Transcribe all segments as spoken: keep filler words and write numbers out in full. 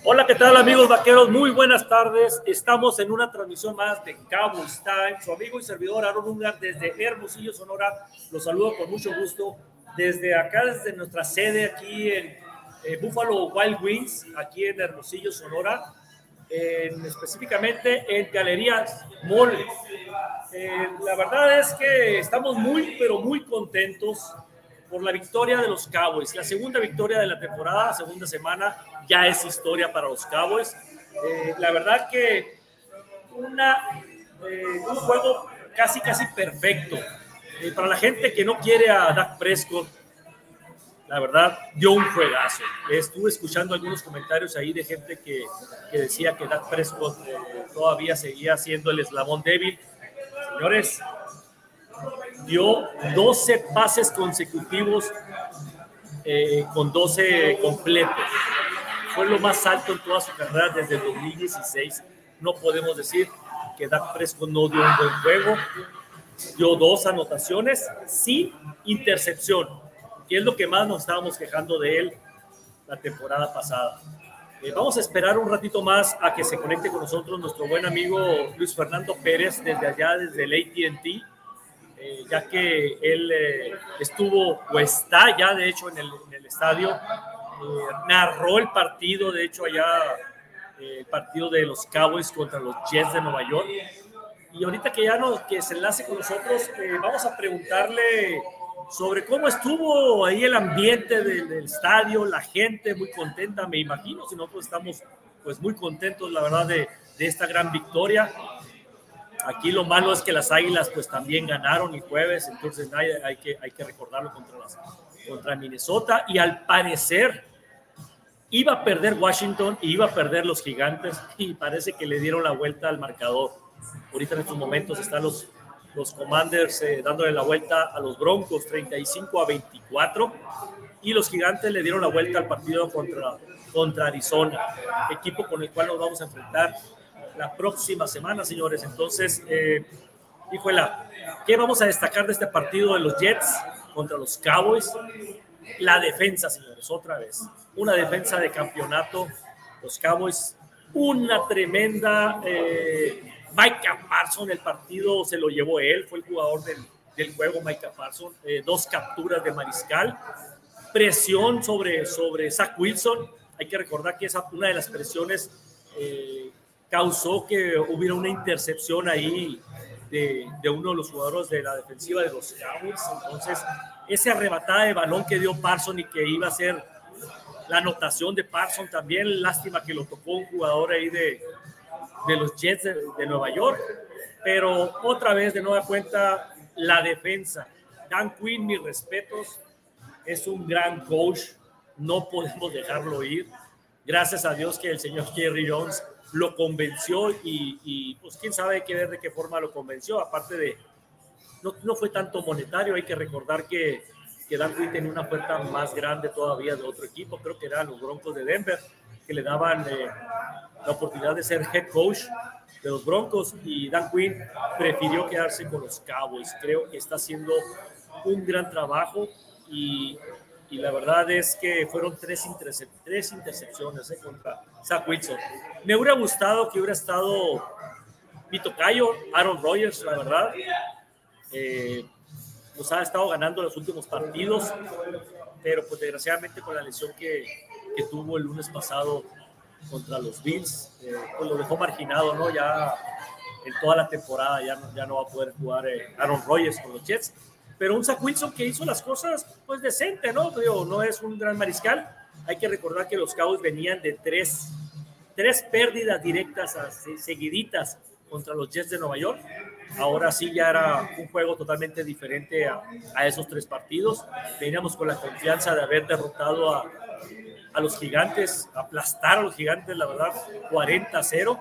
Hola, ¿qué tal amigos vaqueros? Muy buenas tardes. Estamos en una transmisión más de Cowboys Time. Su amigo y servidor Aaron Ungar desde Hermosillo, Sonora. Los saludo con mucho gusto desde acá, desde nuestra sede aquí en eh, Buffalo Wild Wings, aquí en Hermosillo, Sonora. En, específicamente en Galerías Mall. Eh, la verdad es que estamos muy, pero muy contentos por la victoria de los Cowboys. La segunda victoria de la temporada, segunda semana, ya es historia para los Cowboys. Eh, la verdad que una, eh, un juego casi, casi perfecto. Eh, para la gente que no quiere a Dak Prescott, la verdad, dio un juegazo. Estuve escuchando algunos comentarios ahí de gente que, que decía que Dak Prescott eh, todavía seguía siendo el eslabón débil. Señores, dio doce pases consecutivos eh, con doce completos. Fue lo más alto en toda su carrera desde el dos mil dieciséis. No podemos decir que Dak Prescott no dio un buen juego. Dio dos anotaciones sin intercepción, que es lo que más nos estábamos quejando de él la temporada pasada. Eh, vamos a esperar un ratito más a que se conecte con nosotros nuestro buen amigo Luis Fernando Pérez desde allá, desde el A T and T, eh, ya que él eh, estuvo o está ya de hecho en el, en el estadio, eh, narró el partido, de hecho allá eh, el partido de los Cowboys contra los Jets de Nueva York. Y ahorita que ya no, que se enlace con nosotros, eh, vamos a preguntarle sobre cómo estuvo ahí el ambiente del, del estadio, la gente muy contenta, me imagino, si nosotros estamos pues muy contentos, la verdad, de, de esta gran victoria. Aquí lo malo es que las Águilas pues también ganaron el jueves, entonces hay, hay, que, hay que recordarlo contra, las, contra Minnesota, y al parecer iba a perder Washington y iba a perder los Gigantes, y parece que le dieron la vuelta al marcador. Ahorita en estos momentos están los, los Commanders eh, dándole la vuelta a los Broncos treinta y cinco a veinticuatro, y los Gigantes le dieron la vuelta al partido contra, contra Arizona, equipo con el cual nos vamos a enfrentar la próxima semana, señores. Entonces, eh, híjola, ¿qué vamos a destacar de este partido de los Jets contra los Cowboys? La defensa, señores, otra vez. Una defensa de campeonato. Los Cowboys, una tremenda... Eh, Micah Parsons, el partido se lo llevó él, fue el jugador del, del juego, Micah Parsons. Eh, dos capturas de mariscal. Presión sobre, sobre Zach Wilson. Hay que recordar que esa, una de las presiones eh, causó que hubiera una intercepción ahí de, de uno de los jugadores de la defensiva de los Cowboys. Entonces, esa arrebatada de balón que dio Parsons y que iba a ser la anotación de Parsons también, lástima que lo tocó un jugador ahí de, de los Jets de, de Nueva York, pero otra vez de nueva cuenta la defensa. Dan Quinn, mis respetos, es un gran coach, no podemos dejarlo ir. Gracias a Dios que el señor Jerry Jones lo convenció y, y pues quién sabe qué ver de qué forma lo convenció, aparte de, no, no fue tanto monetario. Hay que recordar que, que Dan Quinn tenía una oferta más grande todavía de otro equipo, creo que eran los Broncos de Denver, que le daban eh, la oportunidad de ser head coach de los Broncos, y Dan Quinn prefirió quedarse con los Cowboys. Creo que está haciendo un gran trabajo y, y la verdad es que fueron tres, intercep tres intercepciones eh, contra Zach Wilson. Me hubiera gustado que hubiera estado mi tocayo, Aaron Rodgers, la verdad. Eh, nos ha estado ganando los últimos partidos, pero pues desgraciadamente con la lesión que, que tuvo el lunes pasado contra los Bills, eh, pues lo dejó marginado, ¿no? Ya en toda la temporada ya no, ya no va a poder jugar eh, Aaron Rodgers con los Jets, pero un Zach Wilson que hizo las cosas pues decente, ¿no? Digo, no es un gran mariscal. Hay que recordar que los Cowboys venían de tres, tres pérdidas directas a, seguiditas contra los Jets de Nueva York. Ahora sí ya era un juego totalmente diferente a, a esos tres partidos. Veníamos con la confianza de haber derrotado a, a los Gigantes, aplastar a los Gigantes, la verdad, cuarenta a cero.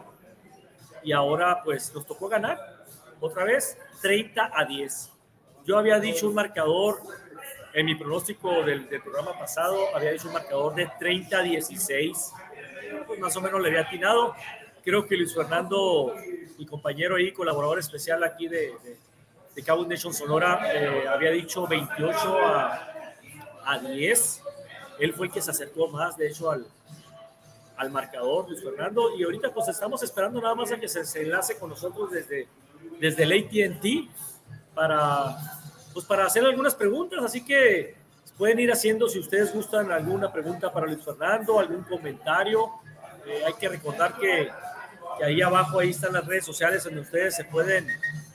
Y ahora pues nos tocó ganar otra vez treinta a diez. Yo había dicho un marcador en mi pronóstico del, del programa pasado, había dicho un marcador de treinta a dieciséis. Pues más o menos le había atinado. Creo que Luis Fernando, mi compañero ahí, colaborador especial aquí de, de, de Cowboys Nation Sonora, eh, había dicho veintiocho a diez. Él fue el que se acercó más, de hecho, al, al marcador, Luis Fernando, y ahorita pues estamos esperando nada más a que se, se enlace con nosotros desde, desde el A T and T para, pues para hacer algunas preguntas, así que pueden ir haciendo si ustedes gustan alguna pregunta para Luis Fernando, algún comentario. Eh, hay que recordar que, que ahí abajo ahí están las redes sociales donde ustedes se pueden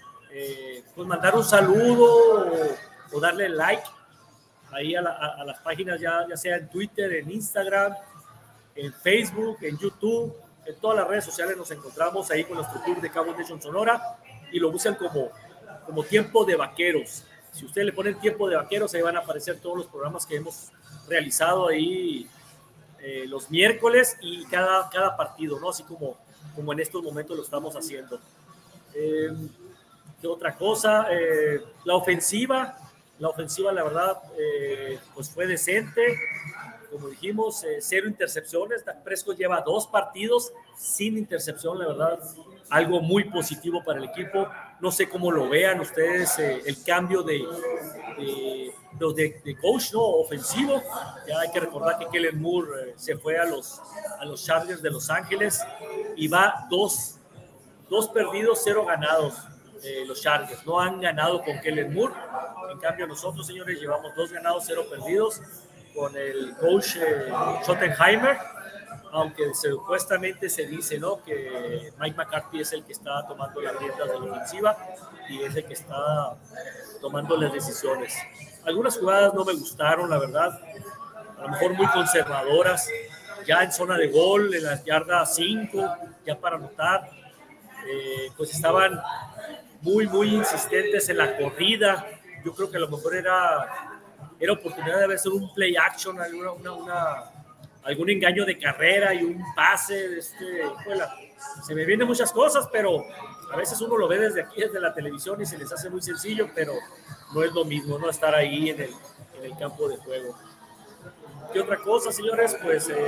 eh, pues mandar un saludo o, o darle like ahí a, la, a, a las páginas, ya, ya sea en Twitter, en Instagram, en Facebook, en YouTube, en todas las redes sociales nos encontramos ahí con nuestro tour de Cabo Nation Sonora y lo usan como, como Tiempo de Vaqueros. Si ustedes le ponen Tiempo de Vaqueros, ahí van a aparecer todos los programas que hemos realizado ahí eh, los miércoles y cada, cada partido, ¿no? Así como, como en estos momentos lo estamos haciendo. Eh, ¿Qué otra cosa? Eh, la ofensiva, la ofensiva, la verdad, eh, pues fue decente. Como dijimos, eh, cero intercepciones. Dak Prescott lleva dos partidos sin intercepción, la verdad, algo muy positivo para el equipo. No sé cómo lo vean ustedes, eh, el cambio de, de, de, de coach, ¿no? Ofensivo. Ya hay que recordar que Kellen Moore eh, se fue a los, a los Chargers de Los Ángeles y va dos, dos perdidos, cero ganados. Eh, los Chargers no han ganado con Kellen Moore. En cambio, nosotros, señores, llevamos dos ganados, cero perdidos con el coach eh, Schottenheimer, aunque supuestamente se dice, ¿no?, que Mike McCarthy es el que está tomando las riendas de la ofensiva y es el que está tomando las decisiones. Algunas jugadas no me gustaron, la verdad, a lo mejor muy conservadoras, ya en zona de gol, en la yarda cinco, ya para anotar, eh, pues estaban muy, muy insistentes en la corrida. Yo creo que a lo mejor era... era oportunidad de hacer un play action, alguna, una, una, algún engaño de carrera y un pase. Este, bueno, se me vienen muchas cosas, pero a veces uno lo ve desde aquí, desde la televisión, y se les hace muy sencillo, pero no es lo mismo, ¿no?, estar ahí en el, en el campo de juego. ¿Qué otra cosa, señores? Pues eh,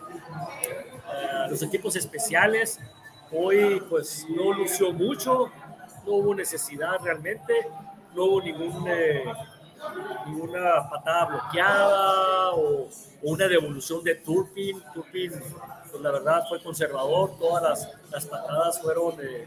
eh, los equipos especiales, hoy pues no lució mucho, no hubo necesidad realmente, no hubo ningún... Eh, ninguna patada bloqueada o, o una devolución de Turpin. Turpin, pues la verdad fue conservador, todas las, las patadas fueron de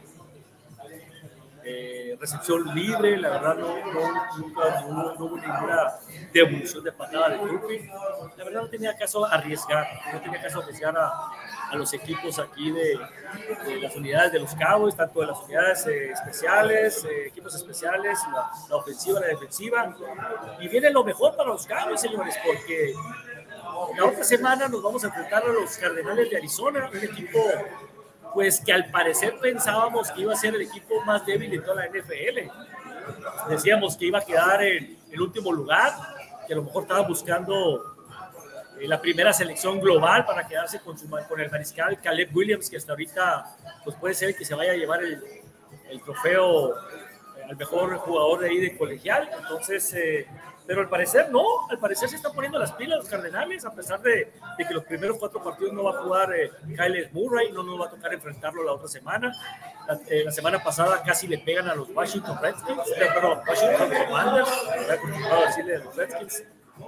eh, recepción libre, la verdad no, no, nunca, no, no hubo ninguna devolución de patada de Turpin. La verdad no tenía caso arriesgar, no tenía caso arriesgar a, a los equipos aquí de, de las unidades de los Cowboys, tanto de las unidades eh, especiales, eh, equipos especiales, la, la ofensiva, la defensiva. Y viene lo mejor para los Cowboys, señores, porque la otra semana nos vamos a enfrentar a los Cardenales de Arizona, un equipo pues que al parecer pensábamos que iba a ser el equipo más débil de toda la N F L. Decíamos que iba a quedar en el último lugar, que a lo mejor estaba buscando eh, la primera selección global para quedarse con, su, con el mariscal Caleb Williams, que hasta ahorita pues puede ser el que se vaya a llevar el, el trofeo eh, al mejor jugador de ahí de colegial. Entonces, eh, pero al parecer no, al parecer se están poniendo las pilas los Cardenales, a pesar de, de que los primeros cuatro partidos no va a jugar eh, Kyler Murray, no nos va a tocar enfrentarlo la otra semana. La, eh, la semana pasada casi le pegan a los Washington Redskins, eh, perdón, Washington Commanders, ya he acostumbrado a decirle a los Redskins.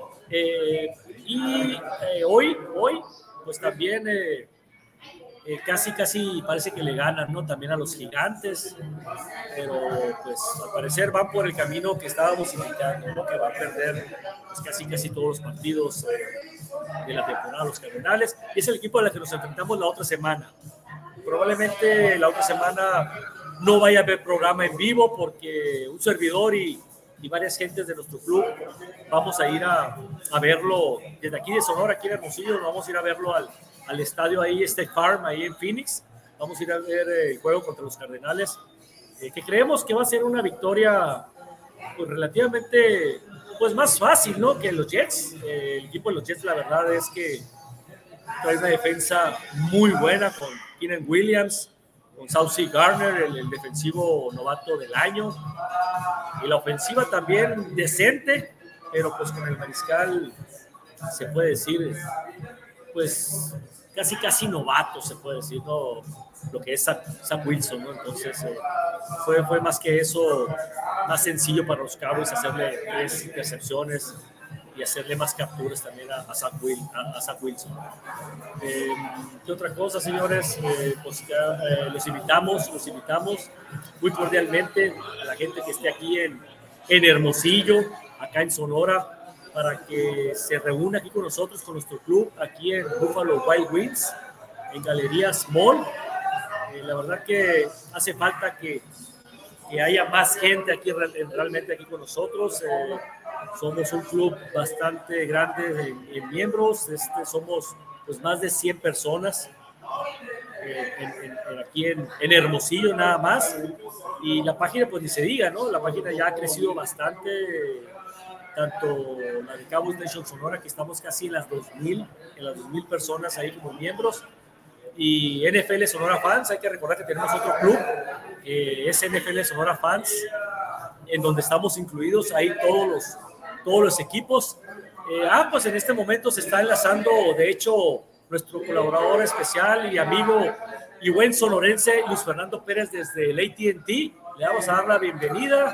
Eh, y eh, hoy, hoy, pues también eh, eh, casi, casi parece que le ganan, ¿no?, también a los Gigantes, pero pues al parecer van por el camino que estábamos indicando, ¿no?, que va a perder pues, casi, casi todos los partidos eh, de la temporada, los Cardenales, y es el equipo al que nos enfrentamos la otra semana. Probablemente la otra semana no vaya a haber programa en vivo porque un servidor y, y varias gentes de nuestro club vamos a ir a, a verlo desde aquí de Sonora, aquí en Hermosillo, vamos a ir a verlo al al estadio ahí, State Farm, ahí en Phoenix. Vamos a ir a ver el juego contra los Cardenales, eh, que creemos que va a ser una victoria pues relativamente pues más fácil, ¿no?, que los Jets. Eh, el equipo de los Jets, la verdad es que trae una defensa muy buena con Keenan Williams, con Saucy Gardner, el, el defensivo novato del año, y la ofensiva también decente, pero pues con el mariscal se puede decir pues casi casi novato, se puede decir, ¿no?, lo que es Sam Wilson, ¿no? Entonces eh, fue, fue más que eso, más sencillo para los Cowboys hacerle tres intercepciones y hacerle más capturas también a, a, Zach, Will, a, a Zach Wilson. Eh, ¿Qué otra cosa, señores? Eh, pues eh, los invitamos, los invitamos muy cordialmente a la gente que esté aquí en, en Hermosillo, acá en Sonora, para que se reúna aquí con nosotros, con nuestro club, aquí en Buffalo Wild Wings, en Galerías Mall. Eh, la verdad que hace falta que, que haya más gente aquí realmente aquí con nosotros. Eh, somos un club bastante grande en, en miembros, este, somos pues más de cien personas eh, en, en, en aquí en, en Hermosillo nada más, y la página pues ni se diga, ¿no? La página ya ha crecido bastante, tanto la de Cowboys Nation Sonora, que estamos casi en las dos mil, en las dos mil personas ahí como miembros, y N F L Sonora Fans. Hay que recordar que tenemos otro club que es N F L Sonora Fans, en donde estamos incluidos ahí todos los, todos los equipos. Eh, ah, pues en este momento se está enlazando, de hecho, nuestro colaborador especial y amigo y buen sonorense, Luis Fernando Pérez, desde el A T and T. Le vamos a dar la bienvenida.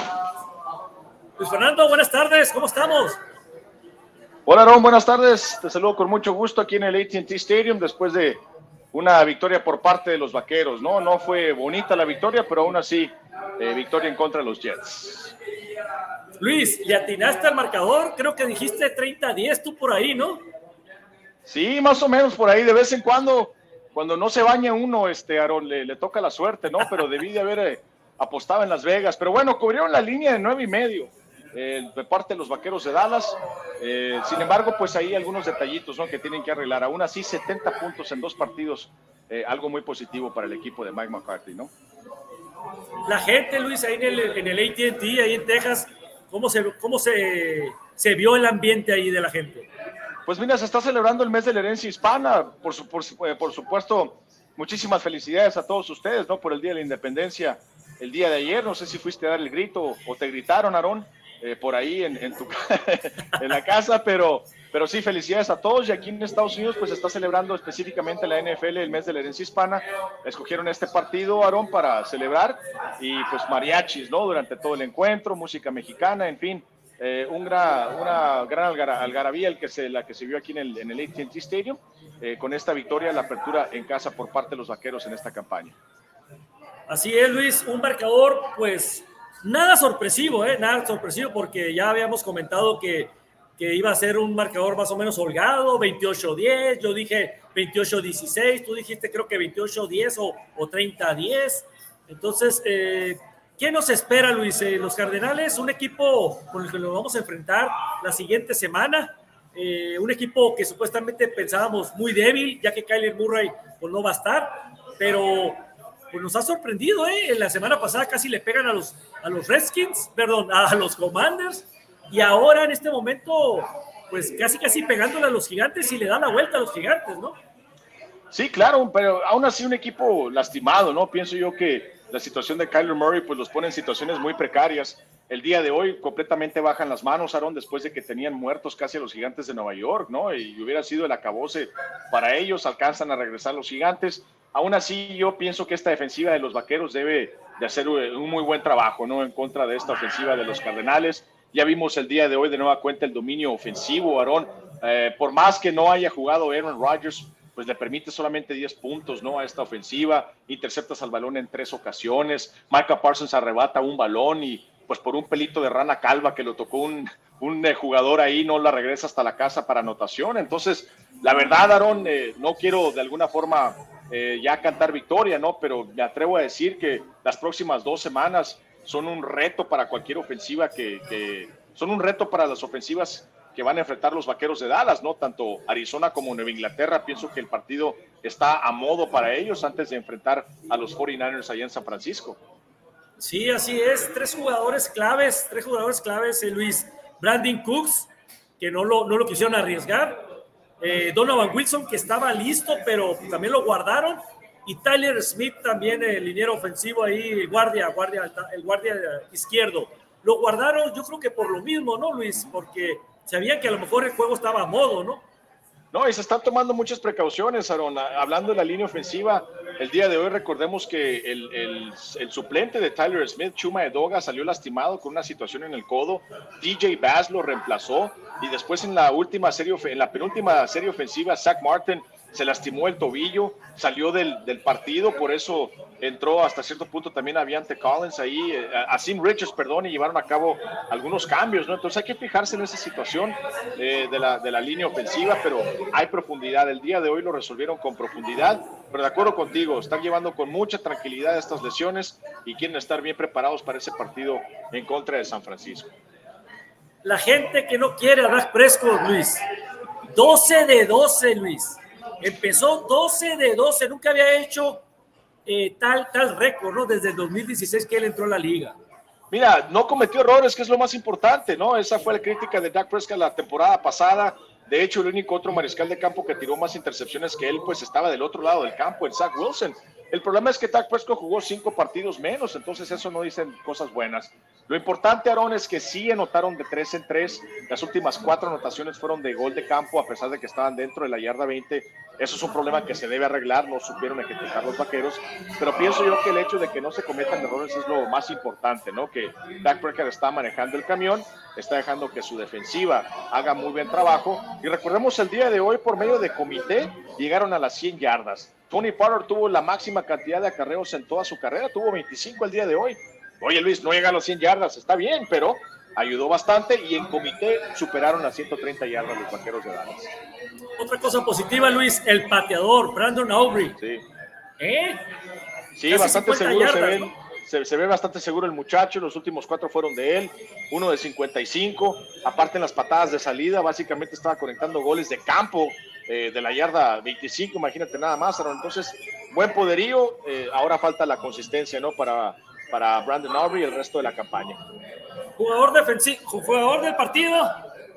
Luis Fernando, buenas tardes, ¿cómo estamos? Hola, Aaron, buenas tardes. Te saludo con mucho gusto aquí en el A T and T Stadium después de una victoria por parte de los Vaqueros, ¿no? No fue bonita la victoria, pero aún así, eh, victoria en contra de los Jets. Luis, ¿le atinaste al marcador? Creo que dijiste treinta a diez tú por ahí, ¿no? Sí, más o menos por ahí, de vez en cuando, cuando no se baña uno, este, Aaron, le, le toca la suerte, ¿no? Pero debí de haber eh, apostado en Las Vegas. Pero bueno, cubrieron la línea de nueve y medio eh, de parte de los Vaqueros de Dallas. Eh, sin embargo, pues ahí algunos detallitos, ¿no?, que tienen que arreglar. Aún así, setenta puntos en dos partidos, eh, algo muy positivo para el equipo de Mike McCarthy, ¿no? La gente, Luis, ahí en el, en el A T and T, ahí en Texas, ¿cómo se, cómo se, se vio el ambiente ahí de la gente? Pues mira, se está celebrando el mes de la herencia hispana. Por, su, por, por supuesto, muchísimas felicidades a todos ustedes, ¿no?, por el Día de la Independencia el día de ayer. No sé si fuiste a dar el grito o te gritaron, Aarón, eh, por ahí en, en, tu, en la casa, pero, pero sí, felicidades a todos. Y aquí en Estados Unidos pues está celebrando específicamente la N F L el mes de la herencia hispana. Escogieron este partido, Aarón, para celebrar, y pues mariachis, ¿no?, durante todo el encuentro, música mexicana, en fin. Eh, un gran, una gran algar, algarabía el que se, la que se vio aquí en el, en el A T and T Stadium, eh, con esta victoria, la apertura en casa por parte de los Vaqueros en esta campaña. Así es, Luis, un marcador pues nada sorpresivo, ¿eh? nada sorpresivo, porque ya habíamos comentado que, que iba a ser un marcador más o menos holgado, veintiocho diez, yo dije veintiocho dieciséis, tú dijiste creo que veintiocho diez o, o treinta diez, entonces eh, ¿qué nos espera, Luis? Eh, los Cardenales, un equipo con el que nos vamos a enfrentar la siguiente semana, eh, un equipo que supuestamente pensábamos muy débil, ya que Kyler Murray pues, no va a estar, pero pues, nos ha sorprendido, ¿eh? En la semana pasada casi le pegan a los, a los Redskins, perdón, a los Commanders, y ahora en este momento, pues casi casi pegándole a los Gigantes y le dan la vuelta a los Gigantes, ¿no? Sí, claro, pero aún así un equipo lastimado, ¿no? Pienso yo que la situación de Kyler Murray pues los pone en situaciones muy precarias. El día de hoy completamente bajan las manos, Aaron, después de que tenían muertos casi a los Gigantes de Nueva York, ¿no? Y hubiera sido el acabose para ellos, alcanzan a regresar los Gigantes. Aún así yo pienso que esta defensiva de los Vaqueros debe de hacer un muy buen trabajo, ¿no?, en contra de esta ofensiva de los Cardenales. Ya vimos el día de hoy de nueva cuenta el dominio ofensivo, Aaron. Eh, por más que no haya jugado Aaron Rodgers, pues le permite solamente diez puntos, ¿no?, a esta ofensiva. Interceptas al balón en tres ocasiones. Micah Parsons arrebata un balón y pues por un pelito de rana calva que lo tocó un, un eh, jugador ahí, no la regresa hasta la casa para anotación. Entonces, la verdad, Aaron, eh, no quiero de alguna forma eh, ya cantar victoria, ¿no?, pero me atrevo a decir que las próximas dos semanas son un reto para cualquier ofensiva que, que son un reto para las ofensivas que van a enfrentar los Vaqueros de Dallas, ¿no? Tanto Arizona como Nueva Inglaterra. Pienso que el partido está a modo para ellos antes de enfrentar a los cuarenta y nueve ers allá en San Francisco. Sí, así es. Tres jugadores claves, tres jugadores claves, eh, Luis. Brandon Cooks, que no lo, no lo quisieron arriesgar. Eh, Donovan Wilson, que estaba listo, pero también lo guardaron. Y Tyler Smith, también el liniero ofensivo ahí, guardia, guardia, el guardia izquierdo. Lo guardaron, yo creo que por lo mismo, ¿no, Luis? Porque sabían que a lo mejor el juego estaba a modo, ¿no? No, y se están tomando muchas precauciones, Aaron. Hablando de la línea ofensiva, El día de hoy recordemos que el, el, el suplente de Tyler Smith, Chuma Edoga, salió lastimado con una situación en el codo. D J Bass lo reemplazó y después en la última serie, en la penúltima serie ofensiva, Zach Martin se lastimó el tobillo, salió del, del partido, por eso entró hasta cierto punto también a Viante Collins ahí, a Sim Richards, perdón, y llevaron a cabo algunos cambios, ¿no? Entonces hay que fijarse en esa situación eh, de, la, de la línea ofensiva, pero hay profundidad. El día de hoy lo resolvieron con profundidad, pero de acuerdo contigo, están llevando con mucha tranquilidad estas lesiones y quieren estar bien preparados para ese partido en contra de San Francisco. La gente que no quiere a Dak Prescott, Luis, doce de doce, Luis. Empezó doce de doce, nunca había hecho eh, tal, tal récord, ¿no? Desde el dos mil dieciséis que él entró a la liga. Mira, no cometió errores, que es lo más importante, ¿no? Esa fue la crítica de Dak Prescott la temporada pasada. De hecho, el único otro mariscal de campo que tiró más intercepciones que él, pues estaba del otro lado del campo, el Zach Wilson. El problema es que Dak Prescott jugó cinco partidos menos, entonces eso no dicen cosas buenas. Lo importante, Aarón, es que sí anotaron de tres en tres. Las últimas cuatro anotaciones fueron de gol de campo, a pesar de que estaban dentro de la yarda veinte. Eso es un problema que se debe arreglar, no supieron ejecutar los Vaqueros. Pero pienso yo que el hecho de que no se cometan errores es lo más importante, ¿no? Que Dak Prescott está manejando el camión, está dejando que su defensiva haga muy buen trabajo. Y recordemos el día de hoy, por medio de comité, llegaron a las cien yardas. Tony Pollard tuvo la máxima cantidad de acarreos en toda su carrera, tuvo veinticinco el día de hoy. Oye, Luis, no llega a las cien yardas, está bien, pero ayudó bastante y en comité superaron las ciento treinta yardas los Vaqueros de Dallas. Otra cosa positiva, Luis, el pateador, Brandon Aubrey. Sí, ¿Eh? sí, Casi bastante seguro yardas, se ven. ¿no? Se, se ve bastante seguro el muchacho, los últimos cuatro fueron de él, uno de cincuenta y cinco, aparte en las patadas de salida, básicamente estaba conectando goles de campo eh, de la yarda veinticinco, imagínate nada más, Aaron. Entonces, buen poderío, eh, ahora falta la consistencia, ¿no? Para, para Brandon Aubrey y el resto de la campaña. Jugador defensivo, jugador del partido.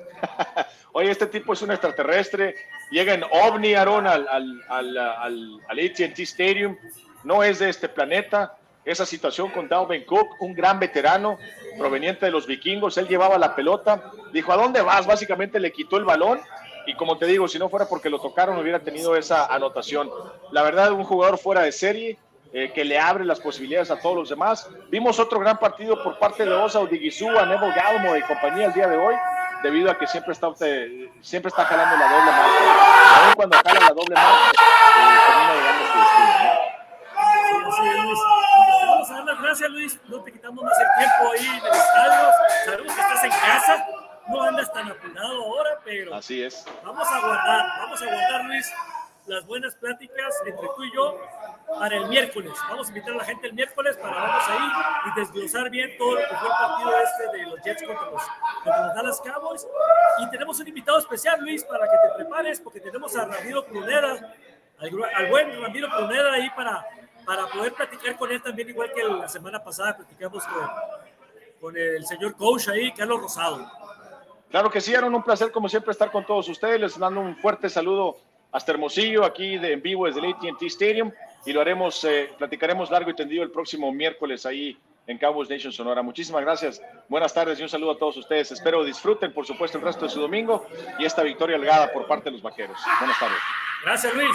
Oye, este tipo es un extraterrestre, llega en ovni, Aaron, al, al, al, al, al A T and T Stadium, no es de este planeta. Esa situación con Dalvin Cook, un gran veterano proveniente de los vikingos, él llevaba la pelota, dijo, ¿a dónde vas? Básicamente le quitó el balón y como te digo, si no fuera porque lo tocaron hubiera tenido esa anotación. La verdad, un jugador fuera de serie eh, que le abre las posibilidades a todos los demás. Vimos otro gran partido por parte de Osa Odighizu, a Neville Gallimore y compañía el día de hoy, debido a que siempre está, eh, siempre está jalando la doble marca. Aún cuando jala la doble marca, eh, termina llegando a su destino, ¿no? Sí, sí, Luis. Vamos a dar las gracias, Luis. No te quitamos más el tiempo ahí en el estadio. Sabemos que estás en casa. No andas tan apurado ahora, pero así es. Vamos a guardar, vamos a guardar, Luis, las buenas pláticas entre tú y yo para el miércoles. Vamos a invitar a la gente el miércoles para vamos ahí y desglosar bien todo lo que fue el partido este de los Jets contra los, contra los Dallas Cowboys. Y tenemos un invitado especial, Luis, para que te prepares, porque tenemos a Ramiro Pruneda, al, al buen Ramiro Pruneda ahí para, para poder platicar con él también, igual que la semana pasada platicamos con, con el señor coach ahí, Carlos Rosado. Claro que sí, Aaron, un placer como siempre estar con todos ustedes. Les mando un fuerte saludo hasta Hermosillo, aquí de, en vivo desde el A T and T Stadium, y lo haremos, eh, platicaremos largo y tendido el próximo miércoles ahí en Cowboys Nation Sonora. Muchísimas gracias, buenas tardes y un saludo a todos ustedes. Espero disfruten, por supuesto, el resto de su domingo y esta victoria holgada por parte de los Vaqueros. Buenas tardes. Gracias, Luis.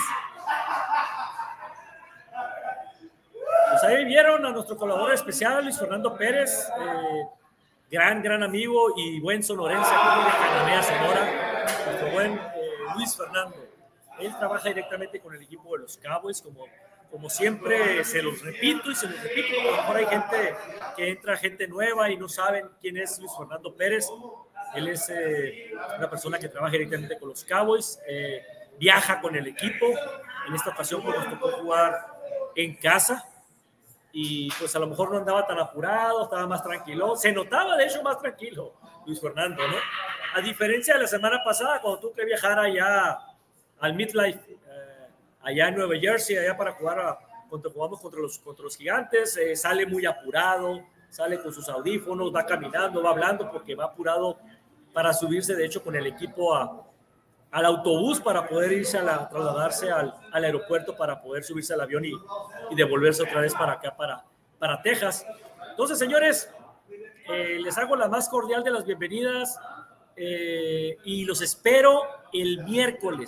Pues ahí vieron a nuestro colaborador especial, Luis Fernando Pérez, eh, gran, gran amigo y buen sonorense aquí de Cananea, Sonora, nuestro buen eh, Luis Fernando. Él trabaja directamente con el equipo de los Cowboys, como, como siempre se los repito y se los repito. A lo mejor hay gente que entra, gente nueva y no saben quién es Luis Fernando Pérez. Él es eh, una persona que trabaja directamente con los Cowboys, eh, viaja con el equipo. En esta ocasión pues, nos tocó jugar en casa y pues a lo mejor no andaba tan apurado, estaba más tranquilo. Se notaba de hecho más tranquilo Luis Fernando, ¿no? A diferencia de la semana pasada cuando tuve que viajar allá al Midlife, eh, allá en Nueva Jersey, allá para jugar, a, cuando jugamos contra los, contra los Gigantes, eh, sale muy apurado, sale con sus audífonos, va caminando, va hablando porque va apurado para subirse de hecho con el equipo a, al autobús para poder irse a la, trasladarse al, al aeropuerto para poder subirse al avión y, y devolverse otra vez para acá, para, para Texas. Entonces, señores, eh, les hago la más cordial de las bienvenidas eh, y los espero el miércoles,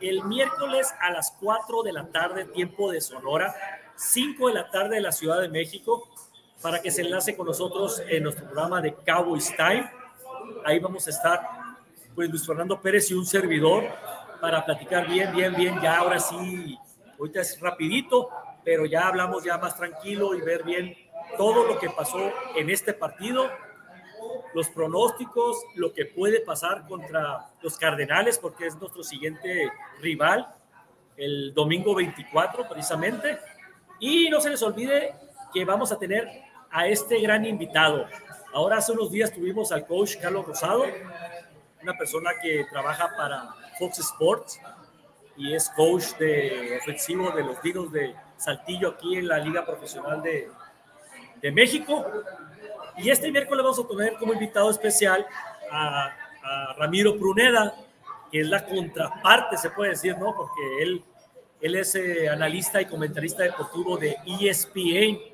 el miércoles a las cuatro de la tarde, tiempo de Sonora, cinco de la tarde de la Ciudad de México, para que se enlace con nosotros en nuestro programa de Cowboys Time. Ahí vamos a estar, pues, Luis Fernando Pérez y un servidor para platicar bien, bien, bien. Ya ahora sí, ahorita es rapidito, pero ya hablamos ya más tranquilo y ver bien todo lo que pasó en este partido, los pronósticos, lo que puede pasar contra los Cardenales, porque es nuestro siguiente rival, el domingo veinticuatro precisamente. Y no se les olvide que vamos a tener a este gran invitado. Ahora hace unos días tuvimos al coach Carlos Rosado, una persona que trabaja para Fox Sports y es coach de ofensivo de los Dinos de Saltillo aquí en la Liga Profesional de, de México. Y este miércoles vamos a tener como invitado especial a, a Ramiro Pruneda, que es la contraparte, se puede decir, ¿no? Porque él, él es eh, analista y comentarista deportivo de E S P N.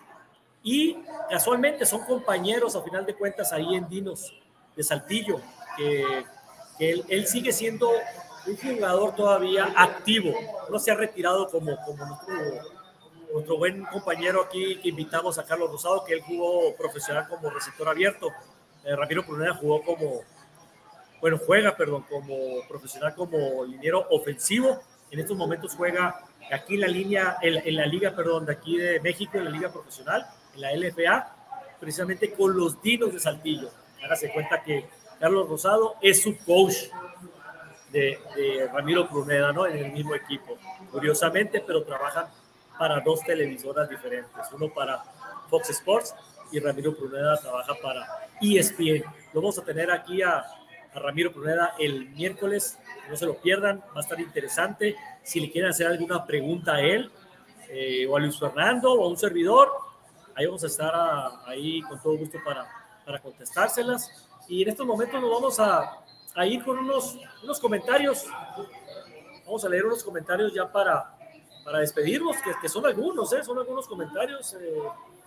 Y casualmente son compañeros, a final de cuentas, ahí en Dinos de Saltillo, que, que él, él sigue siendo un jugador todavía activo, no se ha retirado como, como nuestro, nuestro buen compañero aquí que invitamos a Carlos Rosado, que él jugó profesional como receptor abierto. Eh, Ramiro Pruneda jugó como, bueno, juega, perdón, como profesional como liniero ofensivo. En estos momentos juega aquí en la línea, en, en la liga, perdón, de aquí de México, en la liga profesional, en la L F A, precisamente con los Dinos de Saltillo. Ahora se cuenta que Carlos Rosado es su coach de, de Ramiro Pruneda, ¿no? En el mismo equipo, curiosamente, pero trabajan para dos televisoras diferentes, uno para Fox Sports y Ramiro Pruneda trabaja para E S P N. Lo vamos a tener aquí a, a Ramiro Pruneda el miércoles, no se lo pierdan, va a estar interesante. Si le quieren hacer alguna pregunta a él, eh, o a Luis Fernando, o a un servidor, ahí vamos a estar a, ahí con todo gusto para, para contestárselas. Y en estos momentos nos vamos a, a ir con unos, unos comentarios. Vamos a leer unos comentarios ya para, para despedirnos, que, que son algunos, ¿eh? Son algunos comentarios. Eh,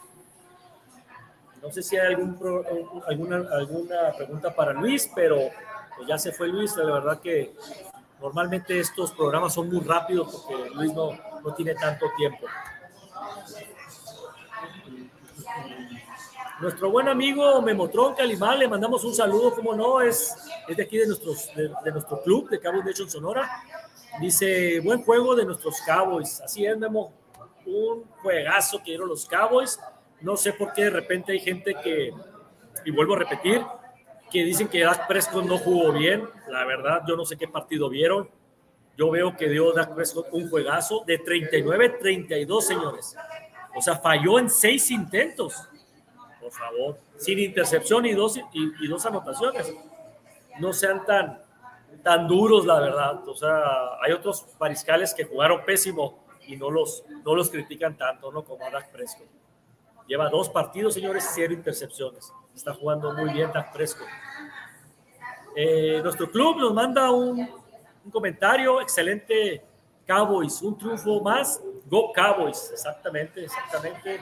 no sé si hay algún pro, alguna, alguna pregunta para Luis, pero pues ya se fue Luis. La verdad que normalmente estos programas son muy rápidos porque Luis no, no tiene tanto tiempo. Nuestro buen amigo Memotron Calimán, le mandamos un saludo, como no, es, es de aquí de, nuestros, de, de nuestro club, de Cowboys Nation Sonora. Dice, buen juego de nuestros Cowboys. Así es, Memo, un juegazo que dieron los Cowboys. No sé por qué de repente hay gente que, y vuelvo a repetir, que dicen que Dak Prescott no jugó bien. La verdad, yo no sé qué partido vieron. Yo veo que dio Dak Prescott un juegazo de treinta y nueve a treinta y dos, señores. O sea, falló en seis intentos. Por favor, sin intercepción y dos, y, y dos anotaciones. No sean tan, tan duros, la verdad. O sea, hay otros mariscales que jugaron pésimo y no los, no los critican tanto, ¿no? Como a Dak Prescott. Lleva dos partidos, señores, cero intercepciones. Está jugando muy bien Dak Prescott. Eh, nuestro club nos manda un, un comentario. Excelente, Cowboys. Un triunfo más. Go Cowboys. Exactamente, exactamente.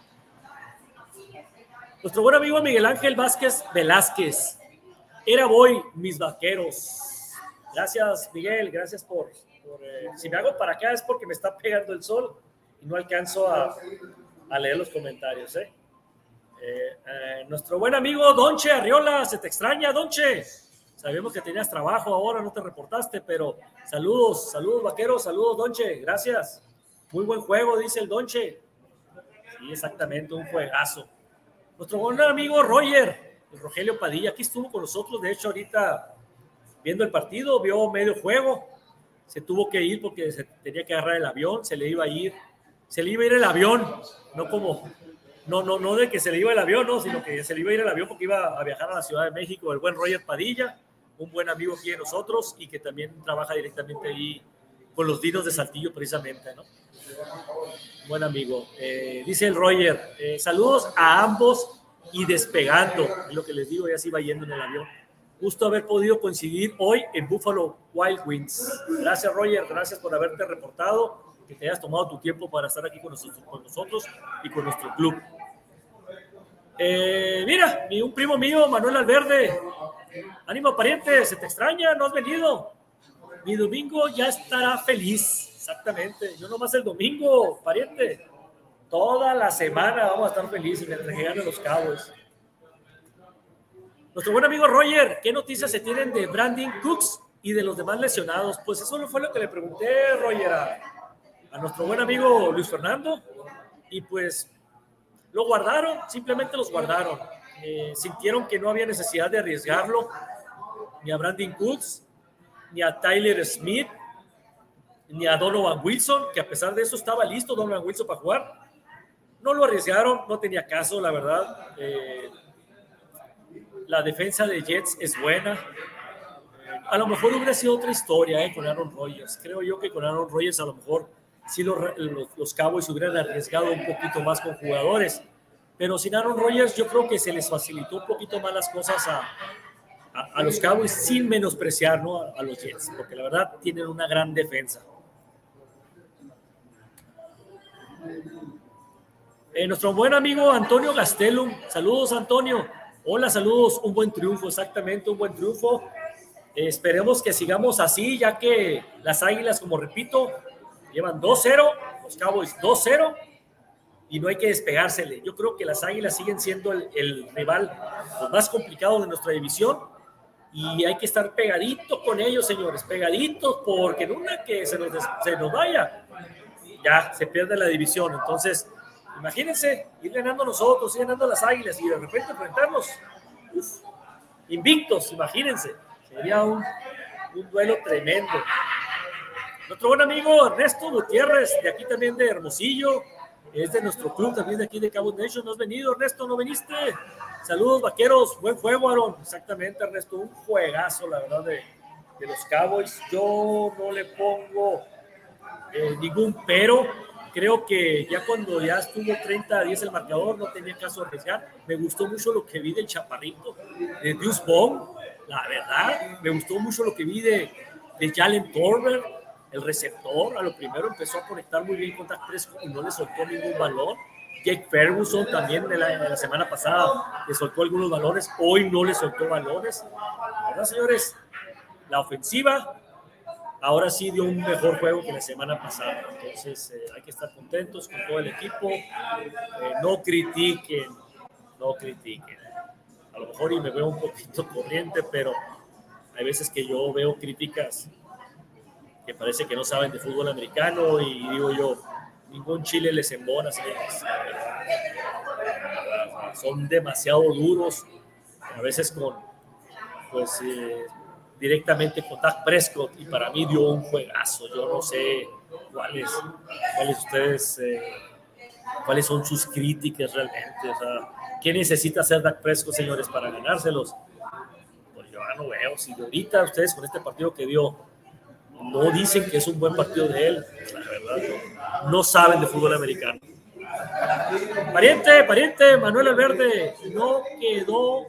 Nuestro buen amigo Miguel Ángel Vázquez Velázquez. Era voy, mis vaqueros. Gracias, Miguel. Gracias por... por eh, si me hago para acá es porque me está pegando el sol y no alcanzo a, a leer los comentarios. ¿eh? Eh, eh, nuestro buen amigo Donche Arriola. Se te extraña, Donche. Sabemos que tenías trabajo ahora, no te reportaste, pero saludos, saludos, vaqueros. Saludos, Donche. Gracias. Muy buen juego, dice el Donche. Sí, exactamente, un juegazo. Nuestro buen amigo Roger, el Rogelio Padilla, aquí estuvo con nosotros, de hecho ahorita viendo el partido, vio medio juego, se tuvo que ir porque se tenía que agarrar el avión, se le iba a ir, se le iba a ir el avión, no como, no, no, no de que se le iba el avión, no, sino que se le iba a ir el avión porque iba a viajar a la Ciudad de México, el buen Roger Padilla, un buen amigo aquí de nosotros y que también trabaja directamente ahí con los Dinos de Saltillo precisamente, ¿no? Buen amigo. Eh, dice el Roger, eh, saludos a ambos y despegando, es lo que les digo, ya se iba yendo en el avión. Gusto haber podido coincidir hoy en Buffalo Wild Wings. Gracias, Roger, gracias por haberte reportado, que te hayas tomado tu tiempo para estar aquí con nosotros, con nosotros y con nuestro club. Eh, mira, un primo mío, Manuel Alverde. Ánimo, pariente, se te extraña, no has venido. Mi domingo ya estará feliz, exactamente. Yo nomás el domingo, pariente. Toda la semana vamos a estar felices mientras que ganen los Cowboys. Nuestro buen amigo Roger, ¿qué noticias se tienen de Brandon Cooks y de los demás lesionados? Pues eso fue lo que le pregunté, Roger, a, a nuestro buen amigo Luis Fernando. Y pues lo guardaron, simplemente los guardaron. Eh, sintieron que no había necesidad de arriesgarlo ni a Brandon Cooks, ni a Tyler Smith, ni a Donovan Wilson, que a pesar de eso estaba listo Donovan Wilson para jugar. No lo arriesgaron, no tenía caso, la verdad. Eh, la defensa de Jets es buena. Eh, a lo mejor hubiera sido otra historia eh, con Aaron Rodgers. Creo yo que con Aaron Rodgers a lo mejor sí los, los, los Cowboys hubieran arriesgado un poquito más con jugadores. Pero sin Aaron Rodgers yo creo que se les facilitó un poquito más las cosas a, a, a los Cowboys, sin menospreciar, ¿no? a, a los Jets, porque la verdad tienen una gran defensa. Eh, nuestro buen amigo Antonio Gastelum, saludos Antonio, hola, saludos, un buen triunfo, exactamente, un buen triunfo. Eh, esperemos que sigamos así, ya que las Águilas, como repito, llevan dos cero, los Cowboys dos cero, y no hay que despegársele. Yo creo que las Águilas siguen siendo el, el rival más complicado de nuestra división, y hay que estar pegadito con ellos, señores, pegaditos, porque en una que se nos, se nos vaya, ya se pierde la división. Entonces, imagínense, ir ganando nosotros, ir ganando las Águilas y de repente enfrentarnos uf, invictos, imagínense. Sería un, un duelo tremendo. Nuestro buen amigo Ernesto Gutiérrez, de aquí también de Hermosillo, es de nuestro club también de aquí de Cabo Nation. ¿No has venido, Ernesto? ¿No viniste? Saludos, vaqueros. Buen juego, Aaron. Exactamente, Ernesto. Un juegazo, la verdad, de, de los Cowboys. Yo no le pongo eh, ningún pero. Creo que ya cuando ya estuvo treinta a diez el marcador, no tenía caso de arriesgar. Me gustó mucho lo que vi del chaparrito, de Deuce Vaughn, la verdad. Me gustó mucho lo que vi de, de Jalen Tolbert, el receptor. A lo primero empezó a conectar muy bien con Dak Prescott y no le soltó ningún balón. Jake Ferguson también de la, de la semana pasada le soltó algunos balones. Hoy no le soltó balones. La verdad, señores, la ofensiva ahora sí dio un mejor juego que la semana pasada. Entonces eh, hay que estar contentos con todo el equipo. Eh, no critiquen, no critiquen. A lo mejor y me veo un poquito corriente, pero hay veces que yo veo críticas que parece que no saben de fútbol americano y digo yo, ningún chile les embona, señores. Son demasiado duros, a veces con, pues, eh, directamente con Dak Prescott, y para mí dio un juegazo. Yo no sé cuáles, cuáles ustedes, eh, cuáles son sus críticas realmente. O sea, ¿qué necesita hacer Dak Prescott, señores, para ganárselos? Pues yo no veo. Si ahorita ustedes con este partido que dio no dicen que es un buen partido de él, la verdad, no saben de fútbol americano. Pariente, pariente, Manuel Alverde, no quedó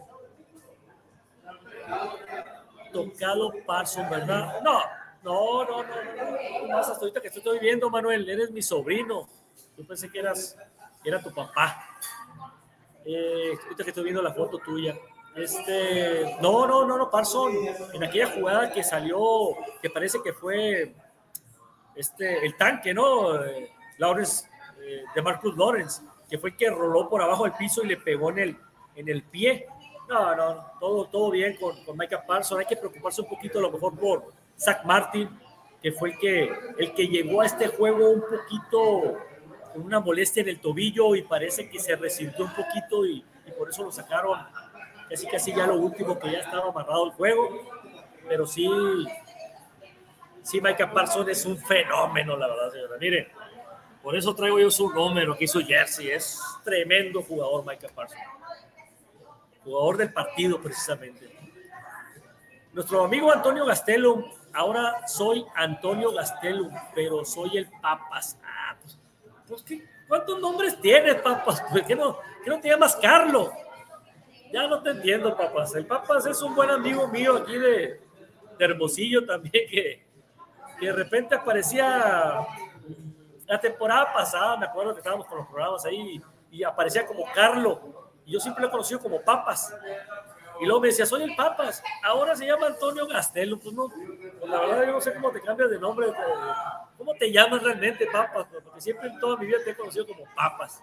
tocado Parsons, ¿verdad? No, no, no, no, no, no, hasta ahorita que estoy viendo, Manuel, eres mi sobrino. Yo pensé que eras, que era tu papá. Eh, ahorita que estoy viendo la foto tuya. Este, no, no, no, no, Parsons, en aquella jugada que salió, que parece que fue este, el tanque, ¿no? Eh, Lawrence, eh, de Marcus Lawrence, que fue el que roló por abajo del piso y le pegó en el, en el pie. No, no, todo, todo bien con, con Micah Parsons. Hay que preocuparse un poquito a lo mejor por Zach Martin, que fue el que, el que llegó a este juego un poquito con una molestia en el tobillo y parece que se resintió un poquito y, y por eso lo sacaron casi casi ya lo último, que ya estaba amarrado el juego. Pero sí, sí, Micah Parsons es un fenómeno, la verdad, señora. Miren, por eso traigo yo su número, que hizo jersey. Es tremendo jugador Micah Parsons. Jugador del partido, precisamente. Nuestro amigo Antonio Gastelum, ahora soy Antonio Gastelum, pero soy el Papas. Ah, pues, pues ¿qué? ¿Cuántos nombres tienes, Papas? Pues, ¿qué no, qué no te llamas Carlos? Ya no te entiendo, Papas. El Papas es un buen amigo mío aquí de, de Hermosillo también, que, que de repente aparecía la temporada pasada, me acuerdo que estábamos con los programas ahí, y aparecía como Carlos. Y yo siempre lo he conocido como Papas. Y luego me decía, soy el Papas. Ahora se llama Antonio Gastelum. Pues no, Pues la verdad yo no sé cómo te cambias de nombre, cómo te llamas realmente, Papas, porque siempre en toda mi vida te he conocido como Papas.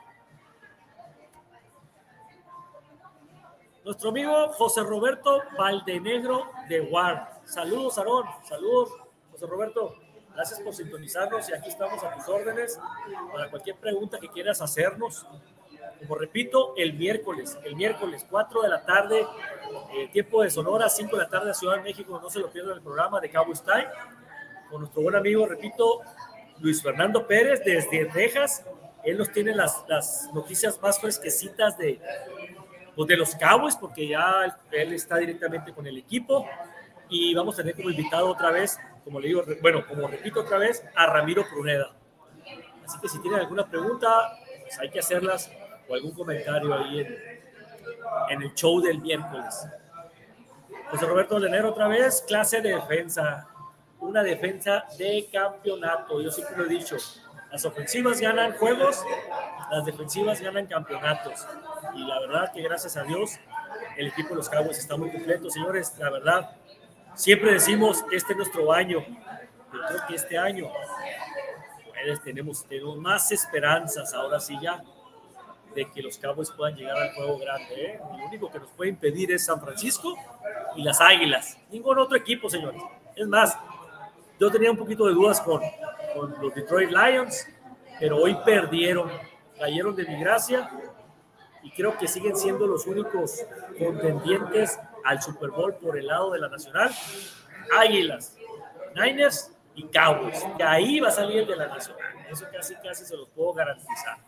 Nuestro amigo José Roberto Valdenegro de Ward. Saludos, Aarón. Saludos, José Roberto. Gracias por sintonizarnos y aquí estamos a tus órdenes para cualquier pregunta que quieras hacernos. Como repito, el miércoles, el miércoles, cuatro de la tarde, eh, tiempo de Sonora, cinco de la tarde, Ciudad de México. No se lo pierdan el programa de Cowboys Time con nuestro buen amigo, repito, Luis Fernando Pérez desde Texas. Él nos tiene las, las noticias más fresquecitas de, pues de los Cowboys, porque ya él está directamente con el equipo. Y vamos a tener como invitado otra vez, como le digo, bueno, como repito otra vez, a Ramiro Pruneda. Así que si tienen alguna pregunta, pues hay que hacerlas o algún comentario ahí en, en el show del miércoles. José Roberto Lenero otra vez, clase de defensa. Una defensa de campeonato. Yo siempre lo he dicho, las ofensivas ganan juegos, las defensivas ganan campeonatos. Y la verdad que gracias a Dios, el equipo de los Cowboys está muy completo, señores. La verdad, siempre decimos, este es nuestro año. Yo creo que este año pues, tenemos, tenemos más esperanzas, ahora sí ya, de que los Cowboys puedan llegar al juego grande. ¿eh? Lo único que nos puede impedir es San Francisco y las Águilas. Ningún otro equipo, señores. Es más, yo tenía un poquito de dudas con, con los Detroit Lions, pero hoy perdieron, cayeron de mi gracia y creo que siguen siendo los únicos contendientes al Super Bowl por el lado de la Nacional. Águilas, Niners y Cowboys. De ahí va a salir el de la Nacional. Eso casi, casi se los puedo garantizar.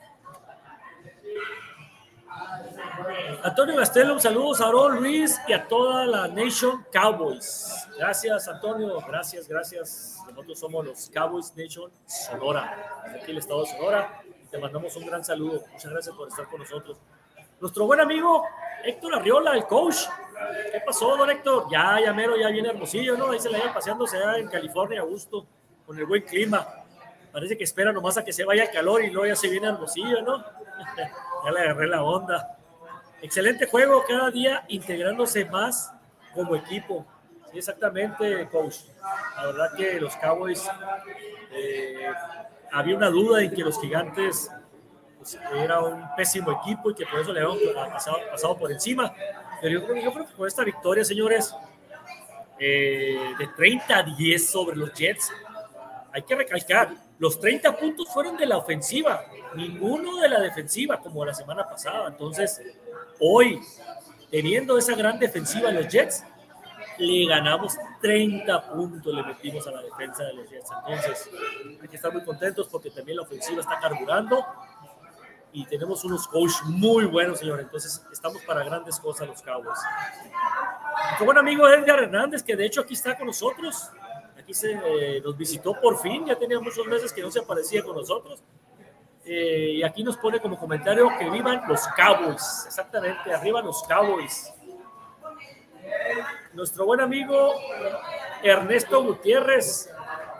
Antonio Gastelum, saludos a Aarón, Luis y a toda la Nation Cowboys. Gracias, Antonio, gracias, gracias. Nosotros somos los Cowboys Nation Sonora, aquí el estado de Sonora. Te mandamos un gran saludo. Muchas gracias por estar con nosotros. Nuestro buen amigo Héctor Arriola, el coach. ¿Qué pasó, don Héctor? Ya, ya mero, ya viene Hermosillo, ¿no? Ahí se la llevan paseándose allá en California a gusto, con el buen clima. Parece que espera nomás a que se vaya el calor y luego ya se viene Hermosillo, ¿no? Ya le agarré la onda. Excelente juego, cada día integrándose más como equipo. Sí, exactamente, coach. La verdad que los Cowboys, eh, había una duda en que los Gigantes pues, era un pésimo equipo y que por eso le habían pasado, pasado por encima. Pero yo creo, yo creo que con esta victoria, señores, eh, de treinta a diez sobre los Jets, hay que recalcar, los treinta puntos fueron de la ofensiva, ninguno de la defensiva, como la semana pasada. Entonces, hoy, teniendo esa gran defensiva a los Jets, le ganamos treinta puntos, le metimos a la defensa de los Jets. Entonces, hay que estar muy contentos porque también la ofensiva está carburando y tenemos unos coaches muy buenos, señor. Entonces, estamos para grandes cosas los Cowboys. Nuestro buen amigo Edgar Hernández, que de hecho aquí está con nosotros. Aquí se eh, nos visitó por fin, ya tenía muchos meses que no se aparecía con nosotros. Eh, y aquí nos pone como comentario que vivan los Cowboys. Exactamente, arriba los Cowboys. Nuestro buen amigo Ernesto Gutiérrez.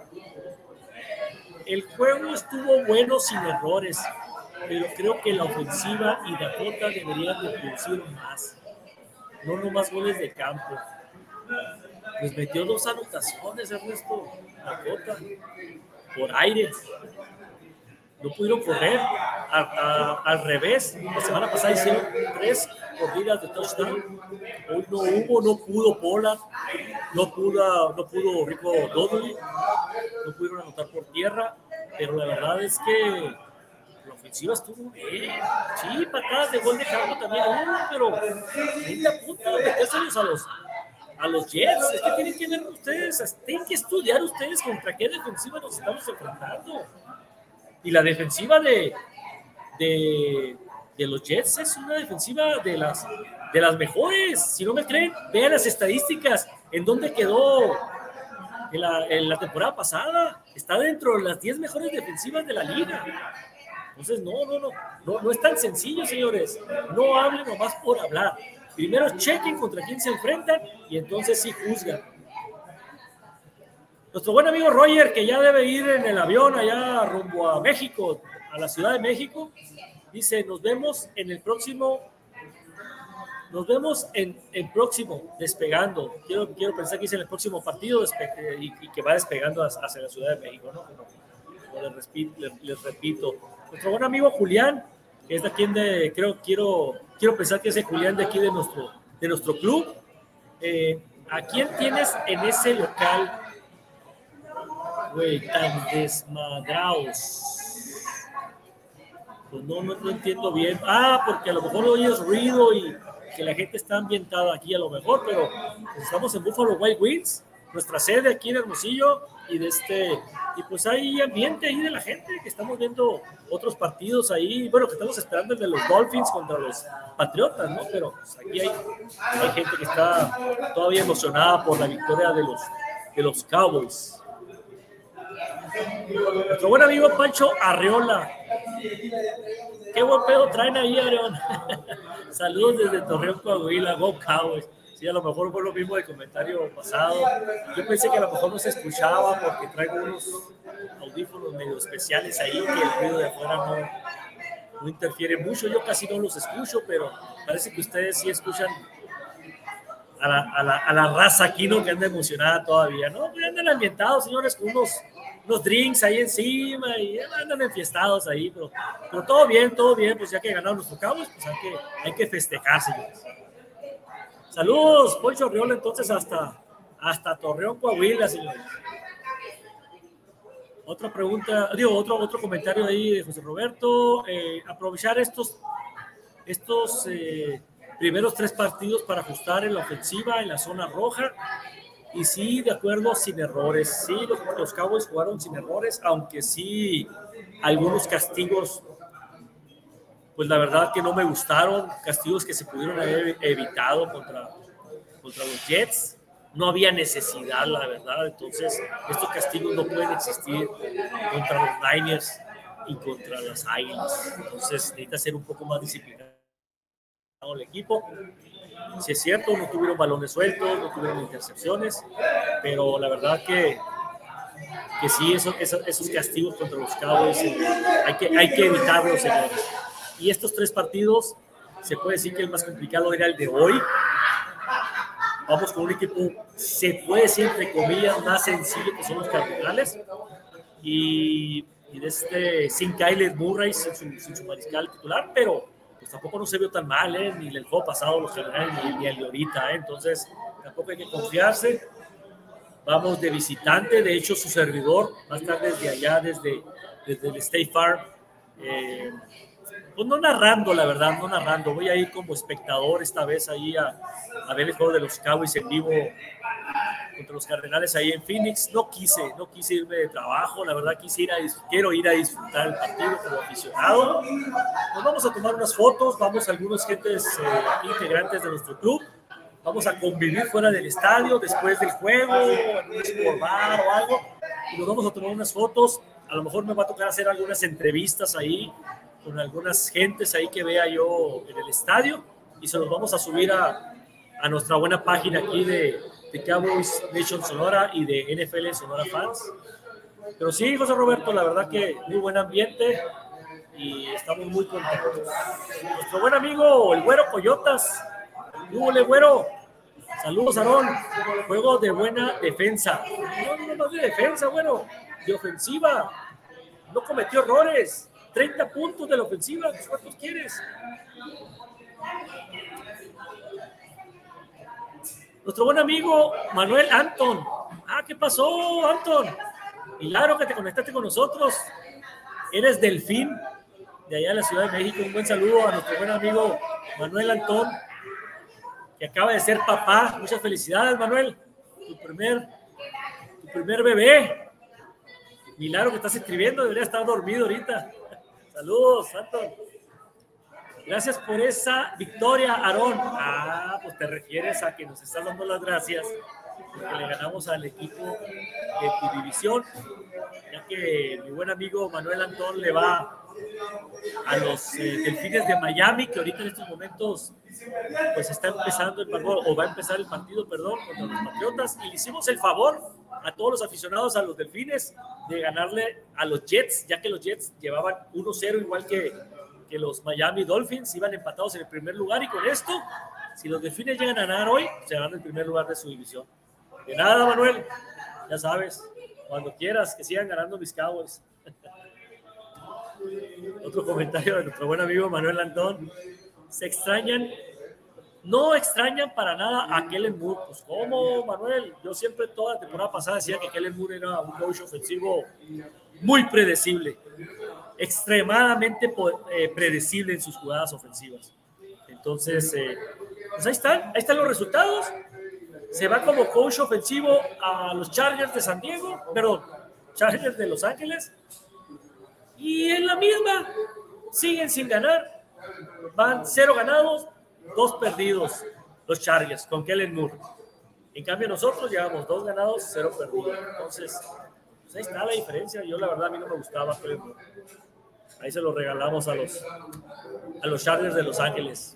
El juego estuvo bueno sin errores, pero creo que la ofensiva y Dakota deberían de producir más. No nomás goles de campo. Les metió dos anotaciones Ernesto Dakota por aire. No pudieron correr. A, a, al revés, la semana pasada hicieron tres corridas de touchdown. Hoy no hubo, no pudo Pollard, no pudo, no pudo Rico Dudley, no pudieron anotar por tierra, pero la verdad es que la ofensiva estuvo bien. Sí, patadas de gol de campo también, uh, pero treinta puntos, metérselos a los a los Jets. Es que tienen que ver ustedes, tienen que estudiar ustedes contra qué defensiva nos estamos enfrentando. Y la defensiva de, de, de los Jets es una defensiva de las, de las mejores. Si no me creen, vean las estadísticas. ¿En dónde quedó en la, en la temporada pasada? Está dentro de las diez mejores defensivas de la liga. Entonces, no, no, no, no, no es tan sencillo, señores. No hablen nomás por hablar. Primero chequen contra quién se enfrentan y entonces sí juzgan. Nuestro buen amigo Roger, que ya debe ir en el avión allá rumbo a México, a la Ciudad de México, dice, nos vemos en el próximo Nos vemos en el próximo Despegando. Quiero, quiero pensar que es en el próximo partido despe- y, y que va despegando hacia la Ciudad de México, ¿no? Como, como les, repito, les, les repito. Nuestro buen amigo Julián, que es de aquí de, creo, quiero, quiero pensar que es el Julián de aquí de nuestro, de nuestro club. Eh, ¿A quién tienes en ese local, güey, tan desmadrados? Pues no, no, no entiendo bien. Ah, porque a lo mejor oyes ruido y que la gente está ambientada aquí a lo mejor, pero pues estamos en Buffalo Wild Wings, nuestra sede aquí en Hermosillo, y de este, y pues hay ambiente ahí de la gente, que estamos viendo otros partidos ahí, bueno, que estamos esperando el de los Dolphins contra los Patriotas, ¿no? Pero pues aquí hay, hay gente que está todavía emocionada por la victoria de los, de los Cowboys. Nuestro buen amigo Pancho Arriola. Qué buen pedo traen ahí, Arión. Saludos desde Torreón, Coahuila. Go Cowboys. Sí, a lo mejor fue lo mismo del comentario pasado. Yo pensé que a lo mejor no se escuchaba porque traigo unos audífonos medio especiales ahí, que el ruido de afuera no, no interfiere mucho. Yo casi no los escucho, pero parece que ustedes sí escuchan a la, a la, a la raza aquí, ¿no? Que anda emocionada todavía, ¿no? Pues andan ambientados, señores, con unos, unos drinks ahí encima y andan enfiestados ahí, pero, pero todo bien, todo bien, pues ya que ganaron los Cowboys, pues hay que, hay que festejar, señores. Saludos, Poncho Arriola, entonces hasta, hasta Torreón, Coahuila, señores. Otra pregunta, digo, otro, otro comentario ahí de José Roberto, eh, aprovechar estos, estos eh, primeros tres partidos para ajustar en la ofensiva, en la zona roja. Y sí, de acuerdo, sin errores. Sí, los, los Cowboys jugaron sin errores, aunque sí algunos castigos, pues la verdad que no me gustaron. Castigos que se pudieron haber evitado contra, contra los Jets. No había necesidad, la verdad. Entonces, estos castigos no pueden existir contra los Niners y contra las Águilas. Entonces, necesita ser un poco más disciplinado el equipo. Si es cierto, no tuvieron balones sueltos, no tuvieron intercepciones, pero la verdad que, que sí, eso, esos, esos castigos contra los Cowboys hay que, hay que evitarlos, señores. Y estos tres partidos, se puede decir que el más complicado era el de hoy. Vamos con un equipo, se puede decir, entre comillas, más sencillo, que son los Cardenales. Y, y de este, sin Kyler Murray, sin su, sin su mariscal titular, pero pues tampoco no se vio tan mal, ¿eh? Ni el juego pasado los Cardenales, ni, ni el de ahorita, ¿eh? Entonces tampoco hay que confiarse. Vamos de visitante, de hecho su servidor va a estar desde allá, desde, desde el State Farm, eh, pues no narrando, la verdad, no narrando, voy a ir como espectador esta vez ahí a, a ver el juego de los Cowboys en vivo contra los Cardenales ahí en Phoenix. No quise, no quise irme de trabajo, la verdad quise ir a, quiero ir a disfrutar el partido como aficionado. Nos vamos a tomar unas fotos, vamos a algunos gentes eh, integrantes de nuestro club, vamos a convivir fuera del estadio después del juego, en un sport bar o algo, y nos vamos a tomar unas fotos. A lo mejor me va a tocar hacer algunas entrevistas ahí con algunas gentes ahí que vea yo en el estadio, y se los vamos a subir a, a nuestra buena página aquí de, de Cowboys Nation Sonora y de N F L Sonora Fans. Pero sí, José Roberto, la verdad que muy buen ambiente y estamos muy contentos. Nuestro buen amigo, el Güero Coyotas. ¡Húbole, Güero! Saludos, Aarón. Juego de buena defensa. No, no, no de defensa, Güero. De ofensiva. No cometió errores. treinta puntos de la ofensiva. ¿Cuántos quieres? Nuestro buen amigo Manuel Anton. Ah, ¿qué pasó, Anton? Milagro que te conectaste con nosotros. Eres Delfín, de allá de la Ciudad de México. Un buen saludo a nuestro buen amigo Manuel Antón, que acaba de ser papá. Muchas felicidades, Manuel. Tu primer, tu primer bebé. Milagro que estás escribiendo, debería estar dormido ahorita. Saludos, Antón. Gracias por esa victoria, Aarón. Ah, pues te refieres a que nos estás dando las gracias porque le ganamos al equipo de tu división, ya que mi buen amigo Manuel Antón le va a los eh, Delfines de Miami, que ahorita en estos momentos pues está empezando el partido, o va a empezar el partido, perdón, contra los Patriotas, y le hicimos el favor a todos los aficionados a los Delfines de ganarle a los Jets, ya que los Jets llevaban uno cero igual que, que los Miami Dolphins, iban empatados en el primer lugar, y con esto Si los Delfines llegan a ganar hoy, se van el primer lugar de su división. De nada, Manuel. Ya sabes, cuando quieras, que sigan ganando mis Cowboys. Otro comentario de nuestro buen amigo Manuel Antón. Se extrañan, no extrañan para nada a Kellen Moore. Pues, ¿cómo, Manuel? Yo siempre, toda la temporada pasada, decía que Kellen Moore era un coach ofensivo muy predecible, extremadamente eh, predecible en sus jugadas ofensivas. Entonces, eh, pues ahí están, ahí están los resultados. Se va como coach ofensivo a los Chargers de San Diego, perdón, Chargers de Los Ángeles, y en la misma siguen sin ganar. Van cero ganados, dos perdidos los Chargers con Kellen Moore. En cambio nosotros llevamos dos ganados, cero perdidos. Entonces, pues ahí está la diferencia. Yo la verdad a mí no me gustaba Kellen Moore. Ahí se lo regalamos a los, a los Chargers de Los Ángeles.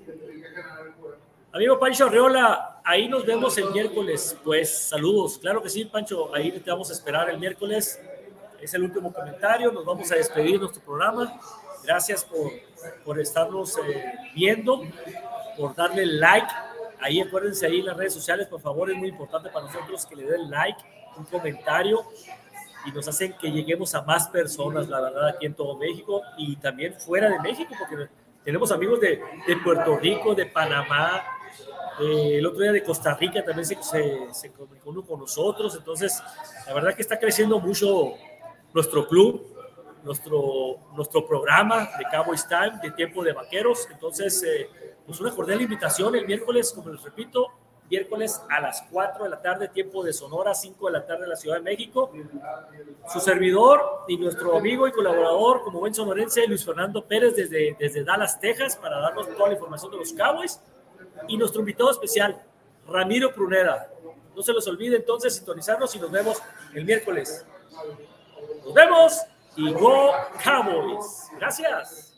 Amigo Pancho Arriola, ahí nos vemos el miércoles. Pues saludos, claro que sí, Pancho, ahí te vamos a esperar el miércoles. Es el último comentario, nos vamos a despedir de nuestro programa. Gracias por, por estarnos eh, viendo, por darle like. Ahí acuérdense ahí en las redes sociales, por favor, es muy importante para nosotros que le den like, un comentario, y nos hacen que lleguemos a más personas, la verdad, aquí en todo México y también fuera de México, porque tenemos amigos de, de Puerto Rico, de Panamá, eh, el otro día de Costa Rica también se, se, se comunicó con nosotros. Entonces, la verdad que está creciendo mucho nuestro club, nuestro, nuestro programa de Cowboys Time, de Tiempo de Vaqueros. Entonces, eh, pues una cordial invitación el miércoles, como les repito, miércoles a las cuatro de la tarde, tiempo de Sonora, cinco de la tarde en la Ciudad de México. Su servidor y nuestro amigo y colaborador, como buen sonorense, Luis Fernando Pérez, desde, desde Dallas, Texas, para darnos toda la información de los Cowboys. Y nuestro invitado especial, Ramiro Pruneda. No se los olvide entonces sintonizarnos y nos vemos el miércoles. Nos vemos y Go Cowboys. Gracias.